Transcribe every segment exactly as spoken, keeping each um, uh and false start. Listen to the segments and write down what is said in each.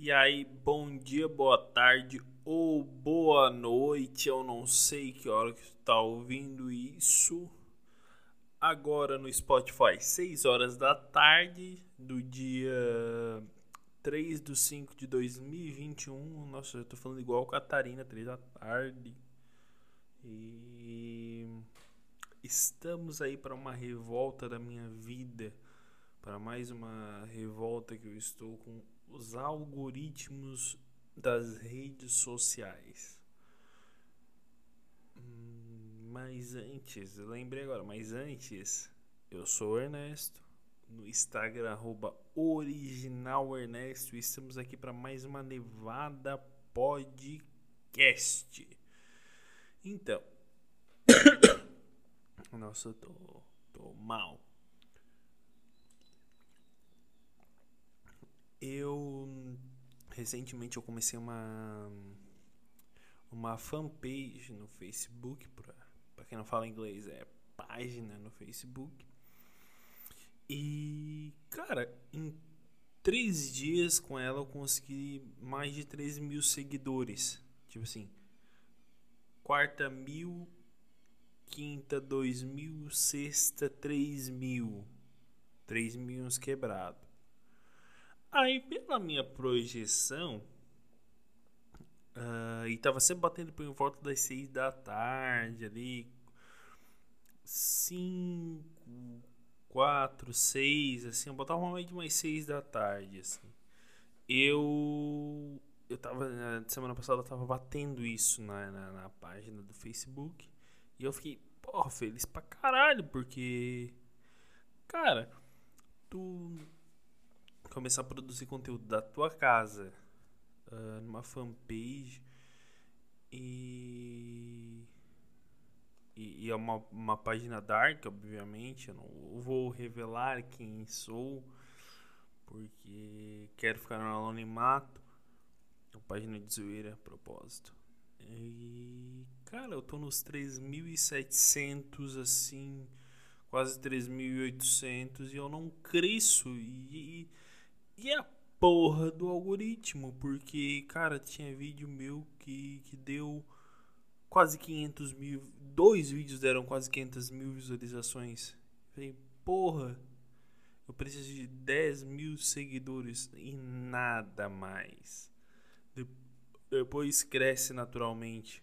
E aí, bom dia, boa tarde ou boa noite. Eu não sei que hora que tu tá ouvindo isso. Agora no Spotify, seis horas da tarde do dia três de cinco de dois mil e vinte e um. Nossa, eu tô falando igual Catarina, três da tarde. E estamos aí para uma revolta da minha vida. Para mais uma revolta que eu estou com os algoritmos das redes sociais. Hum, mas antes, eu lembrei agora, mas antes, eu sou o Ernesto, no Instagram, arroba originalernesto, e estamos aqui para mais uma Nevada Podcast. Então, nossa, eu tô, tô mal. Eu recentemente eu comecei uma uma fanpage no Facebook, pra, pra quem não fala inglês, é página no Facebook. E, cara, em três dias com ela eu consegui mais de três mil seguidores. Tipo assim, quarta mil, quinta dois mil, sexta três mil. Três mil uns quebrados. Aí, pela minha projeção, uh, e tava sempre batendo por em volta das seis da tarde ali, cinco, quatro, seis, assim, eu botava uma média de mais seis da tarde, assim. Eu eu tava, na semana passada eu tava batendo isso na, na, na página do Facebook e eu fiquei, porra, feliz pra caralho, porque, cara, tu começar a produzir conteúdo da tua casa, uh, numa fanpage e E, e é uma, uma página dark, obviamente. Eu não vou revelar quem sou, porque quero ficar no anonimato. É uma página de zoeira, a propósito. E, cara, eu tô nos três mil e setecentos, assim, quase três mil e oitocentos, e eu não cresço. E, e, e é a porra do algoritmo, porque, cara, tinha vídeo meu que, que deu quase quinhentos mil. Dois vídeos deram quase quinhentas mil visualizações. Falei, porra, eu preciso de dez mil seguidores e nada mais. De- Depois cresce naturalmente.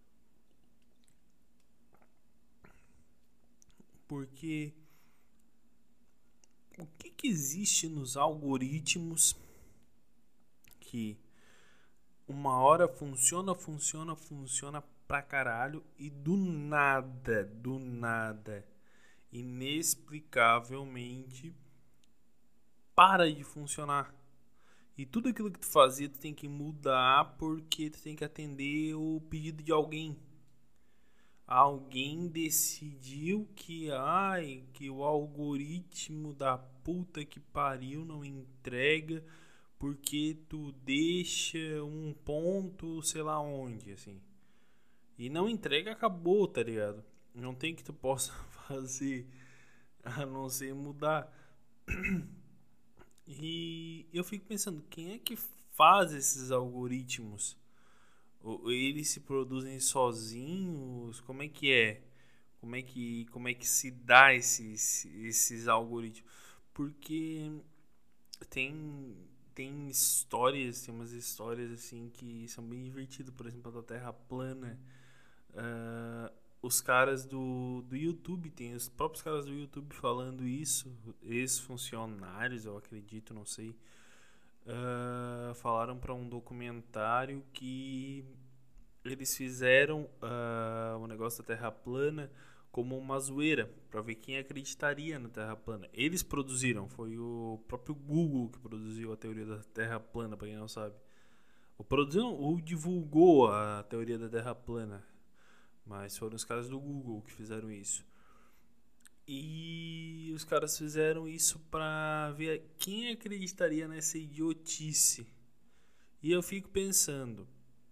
Porque o que, que existe nos algoritmos que uma hora funciona, funciona, funciona pra caralho e do nada, do nada, inexplicavelmente para de funcionar. E tudo aquilo que tu fazia tu tem que mudar porque tu tem que atender o pedido de alguém. Alguém decidiu que ai, que o algoritmo da puta que pariu não entrega porque tu deixa um ponto, sei lá onde, assim. E não entrega, acabou, tá ligado? Não tem que tu possa fazer a não ser mudar. E eu fico pensando, quem é que faz esses algoritmos? Ou eles se produzem sozinhos? Como é que é? Como é que, como é que se dá esses, esses algoritmos? Porque tem, tem histórias, tem umas histórias assim que são bem divertidas. Por exemplo, a da Terra plana. Uh, os caras do, do YouTube, tem os próprios caras do YouTube falando isso, ex-funcionários, eu acredito, não sei, uh, falaram para um documentário que eles fizeram uh, o negócio da Terra plana como uma zoeira, para ver quem acreditaria na Terra plana. Eles produziram, foi o próprio Google que produziu a teoria da Terra plana, para quem não sabe. O produziu, ou divulgou a teoria da Terra plana. Mas foram os caras do Google que fizeram isso. E os caras fizeram isso pra ver quem acreditaria nessa idiotice. E eu fico pensando,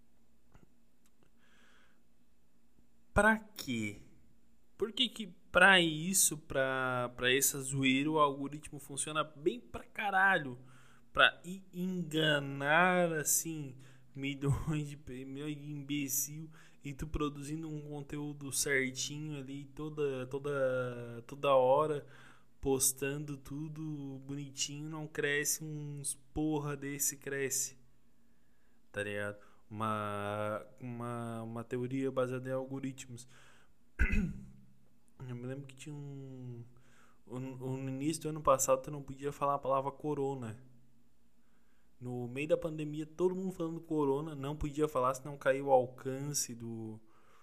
pra quê? Por que que pra isso, pra, pra essa zoeira, o algoritmo funciona bem pra caralho? pra enganar, assim, milhões de, milhões de imbecil e tu produzindo um conteúdo certinho ali toda, toda, toda hora, postando tudo bonitinho, não cresce uns porra desse, cresce, tá ligado? Uma, uma, uma teoria baseada em algoritmos. Eu me lembro que tinha um. No início do ano passado, tu não podia falar a palavra corona. No meio da pandemia, todo mundo falando corona, não podia falar, senão caiu o alcance do,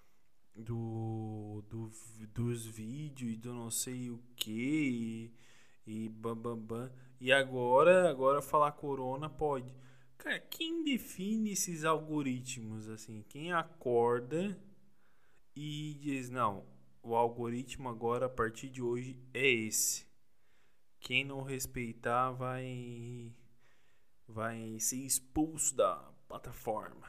do, do dos vídeos e do não sei o que e, e bam, bam, bam. E agora, agora falar corona pode. Cara, quem define esses algoritmos assim? Quem acorda e diz, não, o algoritmo agora a partir de hoje é esse. Quem não respeitar vai vai ser expulso da plataforma.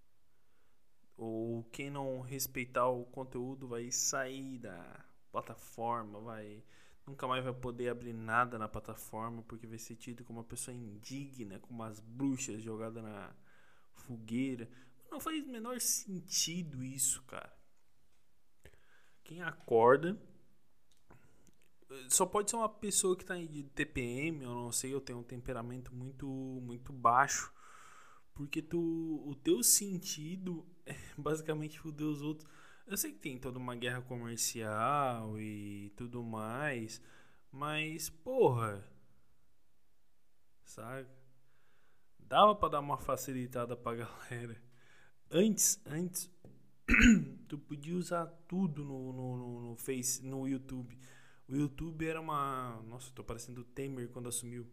Ou quem não respeitar o conteúdo vai sair da plataforma, vai nunca mais vai poder abrir nada na plataforma porque vai ser tido como uma pessoa indigna, como umas bruxas jogadas na fogueira. Não faz o menor sentido isso, cara. Quem acorda só pode ser uma pessoa que tá de T P M, eu não sei, eu tenho um temperamento muito muito baixo, porque tu, o teu sentido é basicamente foder os outros. Eu sei que tem toda uma guerra comercial e tudo mais, mas porra, sabe? Dava pra dar uma facilitada pra galera. Antes, antes tu podia usar tudo no, no, no, no Face, no YouTube. O YouTube era uma. Nossa, tô parecendo o Temer quando assumiu.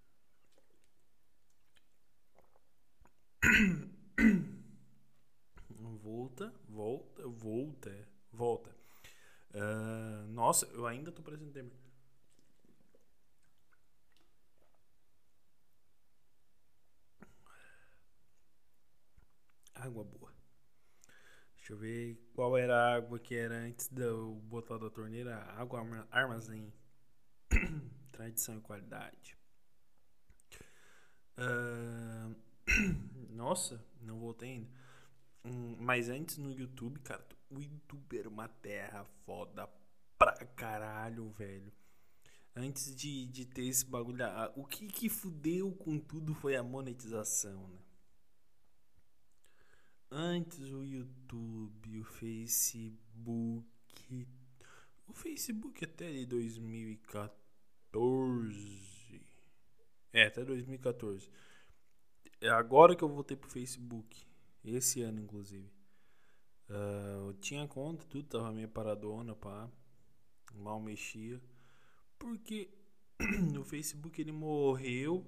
Volta, volta, volta, volta. Uh, nossa, eu ainda tô parecendo o Temer. Água boa. Deixa eu ver qual era a água que era antes de eu botar da torneira. Água armazém. Tradição e qualidade. Uh, nossa, não voltei ainda. Hum, mas antes no YouTube, cara, o YouTube era uma terra foda pra caralho, velho. Antes de, de ter esse bagulho, o que que fudeu com tudo foi a monetização, né? Antes o YouTube, o Facebook. O Facebook até de dois mil e quatorze. É, até dois mil e quatorze. É agora que eu voltei pro Facebook. Esse ano, inclusive. Uh, eu tinha conta, tudo tava meio paradona, pá. Mal mexia. Porque o Facebook ele morreu.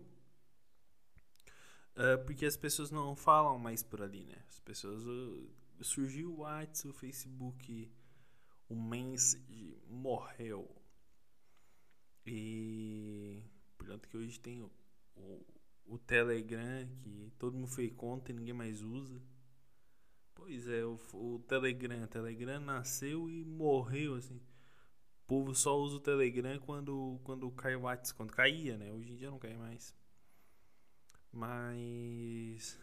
Uh, porque as pessoas não falam mais por ali, né? As pessoas. Uh, surgiu o WhatsApp, o Facebook. O Message morreu. E. Portanto, que hoje tem o, o, o Telegram, que todo mundo fez conta e ninguém mais usa. Pois é, o, o Telegram. O Telegram nasceu e morreu, assim. O povo só usa o Telegram quando, quando cai o WhatsApp. Quando caía, né? Hoje em dia não cai mais. Mas.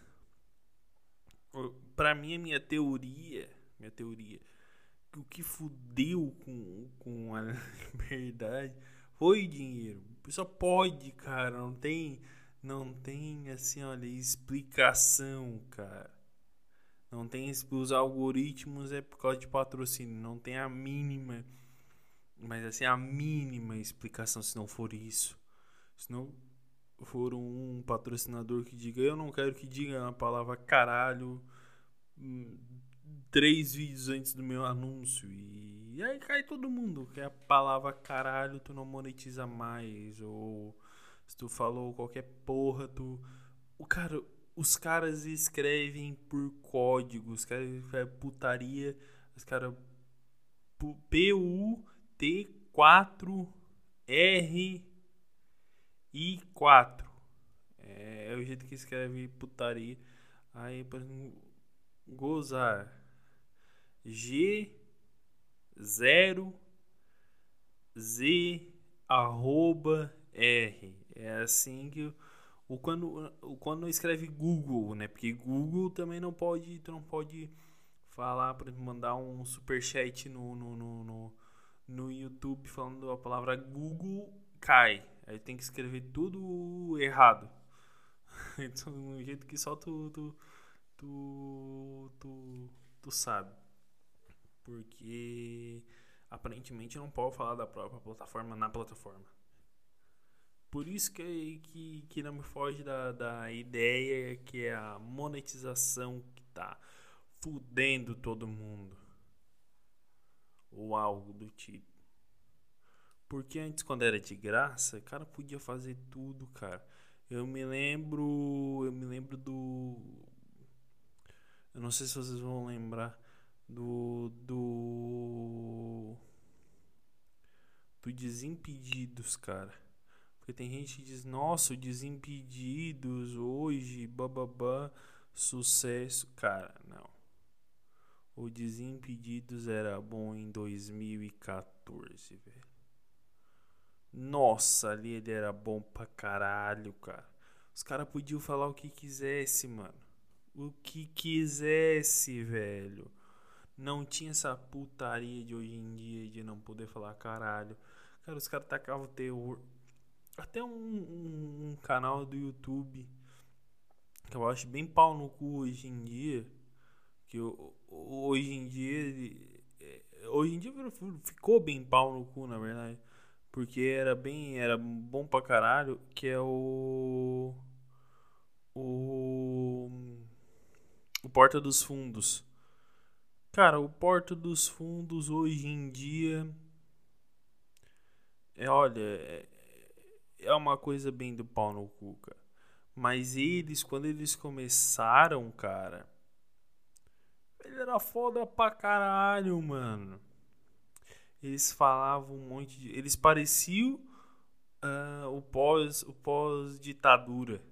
Pra mim, a minha teoria. Minha teoria. O que fudeu com, com a liberdade foi dinheiro. Só pode, cara. Não tem. Não tem, assim, olha, explicação, cara. Não tem. Os algoritmos é por causa de patrocínio. Não tem a mínima. Mas, assim, a mínima explicação se não for isso. Se não for um patrocinador que diga, eu não quero que diga a palavra caralho três vídeos antes do meu anúncio. E aí cai todo mundo. Que a palavra caralho tu não monetiza mais. Ou se tu falou qualquer porra, tu. O cara, os caras escrevem por código. Os caras escrevem putaria. Os caras. P U T quatro R I quatro. É, é o jeito que escreve putaria. Aí, por exemplo, gozar. G zero Z arroba R. É assim que Ou quando, ou quando escreve Google, né? Porque Google também não pode, tu não pode falar, por exemplo, mandar um superchat no, no, no, no, no YouTube falando a palavra Google, cai. Aí tem que escrever tudo errado. Então, um jeito que só tu, tu, tu, tu, tu sabe. Porque aparentemente não pode falar da própria plataforma na plataforma. Por isso que, que, que não me foge da, da ideia que é a monetização que tá fudendo todo mundo. Ou algo do tipo. Porque antes, quando era de graça, o cara podia fazer tudo, cara. Eu me lembro. Eu me lembro do. Eu não sei se vocês vão lembrar do. Do. Do Desimpedidos, cara. Porque tem gente que diz, nossa, o Desimpedidos hoje, bababá, sucesso. Cara, não. O Desimpedidos era bom em dois mil e quatorze, velho. Nossa, ali ele era bom pra caralho, cara. Os caras podiam falar o que quisesse, mano. O que quisesse, velho. Não tinha essa putaria de hoje em dia de não poder falar caralho. Cara, os caras tacavam terror. Até um, um, um canal do YouTube que eu acho bem pau no cu hoje em dia. Que eu, hoje em dia ele, hoje em dia ficou bem pau no cu, na verdade. Porque era bem, era bom pra caralho. Que é o. O. O Porta dos Fundos. Cara, o Porta dos Fundos hoje em dia. É, olha, é, é uma coisa bem do pau no cu, cara. Mas eles, quando eles começaram, cara. Ele era foda pra caralho, mano. Eles falavam um monte de. Eles pareciam uh, o pós o pós-ditadura.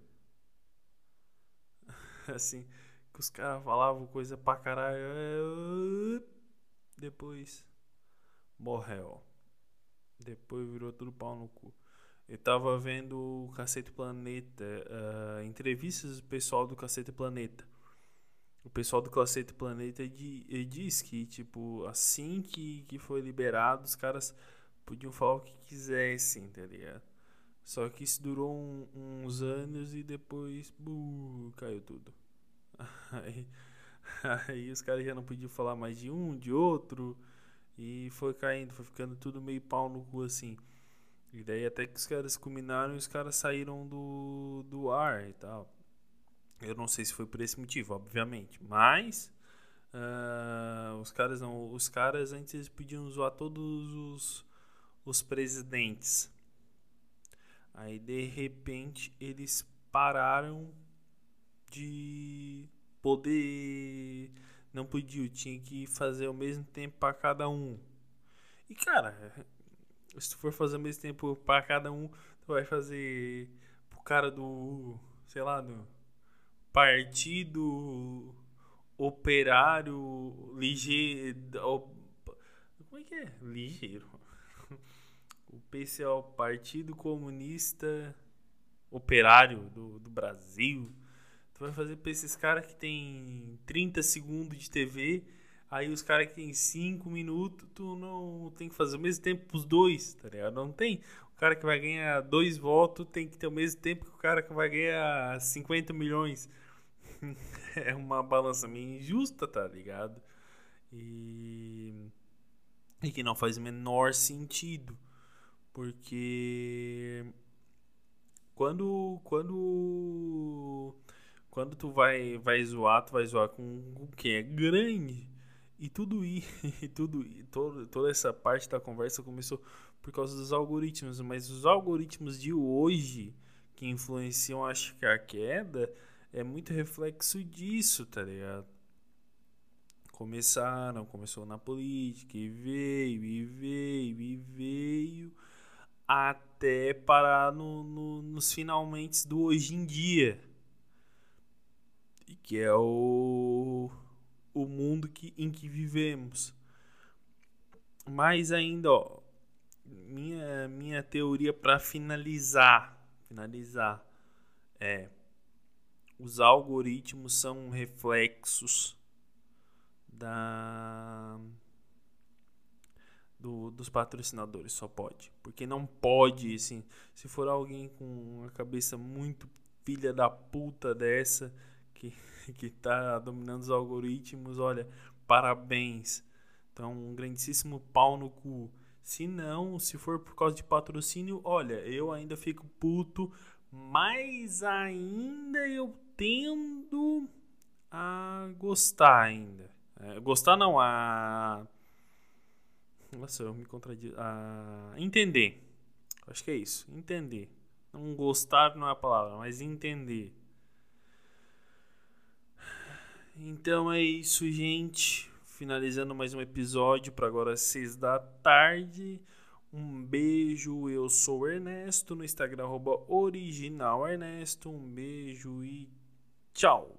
Assim, que os caras falavam coisa pra caralho. Depois morreu. Depois virou tudo pau no cu. Eu tava vendo o Cacete Planeta, uh, entrevistas do pessoal do Cacete Planeta. O pessoal do Cacete Planeta de, diz que, tipo, assim que, que foi liberado, os caras podiam falar o que quisessem, tá ligado? Só que isso durou um, uns anos e depois buh, caiu tudo. Aí, aí os caras já não podiam falar mais de um, de outro. E foi caindo, foi ficando tudo meio pau no cu assim. E daí até que os caras culminaram e os caras saíram do, do ar e tal. Eu não sei se foi por esse motivo, obviamente. Mas uh, os caras não. Os caras antes podiam zoar todos os, os presidentes. Aí de repente eles pararam de poder. Não podiam, tinha que fazer ao mesmo tempo para cada um. E cara, se tu for fazer ao mesmo tempo para cada um, tu vai fazer pro cara do, sei lá, do Partido Operário Ligeiro. Como é que é? Ligeiro. O P C O, Partido Comunista Operário do, do Brasil. Tu vai fazer pra esses caras que tem trinta segundos de T V. Aí os caras que tem cinco minutos, tu não tem que fazer ao mesmo tempo pros dois, tá ligado? Não tem. O cara que vai ganhar dois votos tem que ter o mesmo tempo que o cara que vai ganhar cinquenta milhões. É uma balança meio injusta, tá ligado? E, e que não faz o menor sentido. Porque quando quando quando tu vai vai zoar, tu vai zoar com o que é grande. E tudo e tudo e todo, toda essa parte da conversa começou por causa dos algoritmos, mas os algoritmos de hoje que influenciam, acho que a queda é muito reflexo disso, tá ligado? Começaram, começou na política e veio, e veio, e veio até parar no, no, nos finalmente do hoje em dia. E que é o, o mundo que, em que vivemos. Mas ainda, ó, minha, minha teoria para finalizar, finalizar É, os algoritmos são reflexos da do, dos patrocinadores, só pode. Porque não pode, assim, se for alguém com uma cabeça muito filha da puta dessa, que, que tá dominando os algoritmos, olha, parabéns. Então, um grandíssimo pau no cu. Se não, se for por causa de patrocínio, olha, eu ainda fico puto, mas ainda eu tendo a gostar ainda. É, gostar não, a... Nossa, eu me contradigo. A entender. Acho que é isso. Entender. Não gostar não é a palavra, mas entender. Então é isso, gente. Finalizando mais um episódio para agora seis da tarde. Um beijo. Eu sou o Ernesto no Instagram arroba original Ernesto. Um beijo e tchau.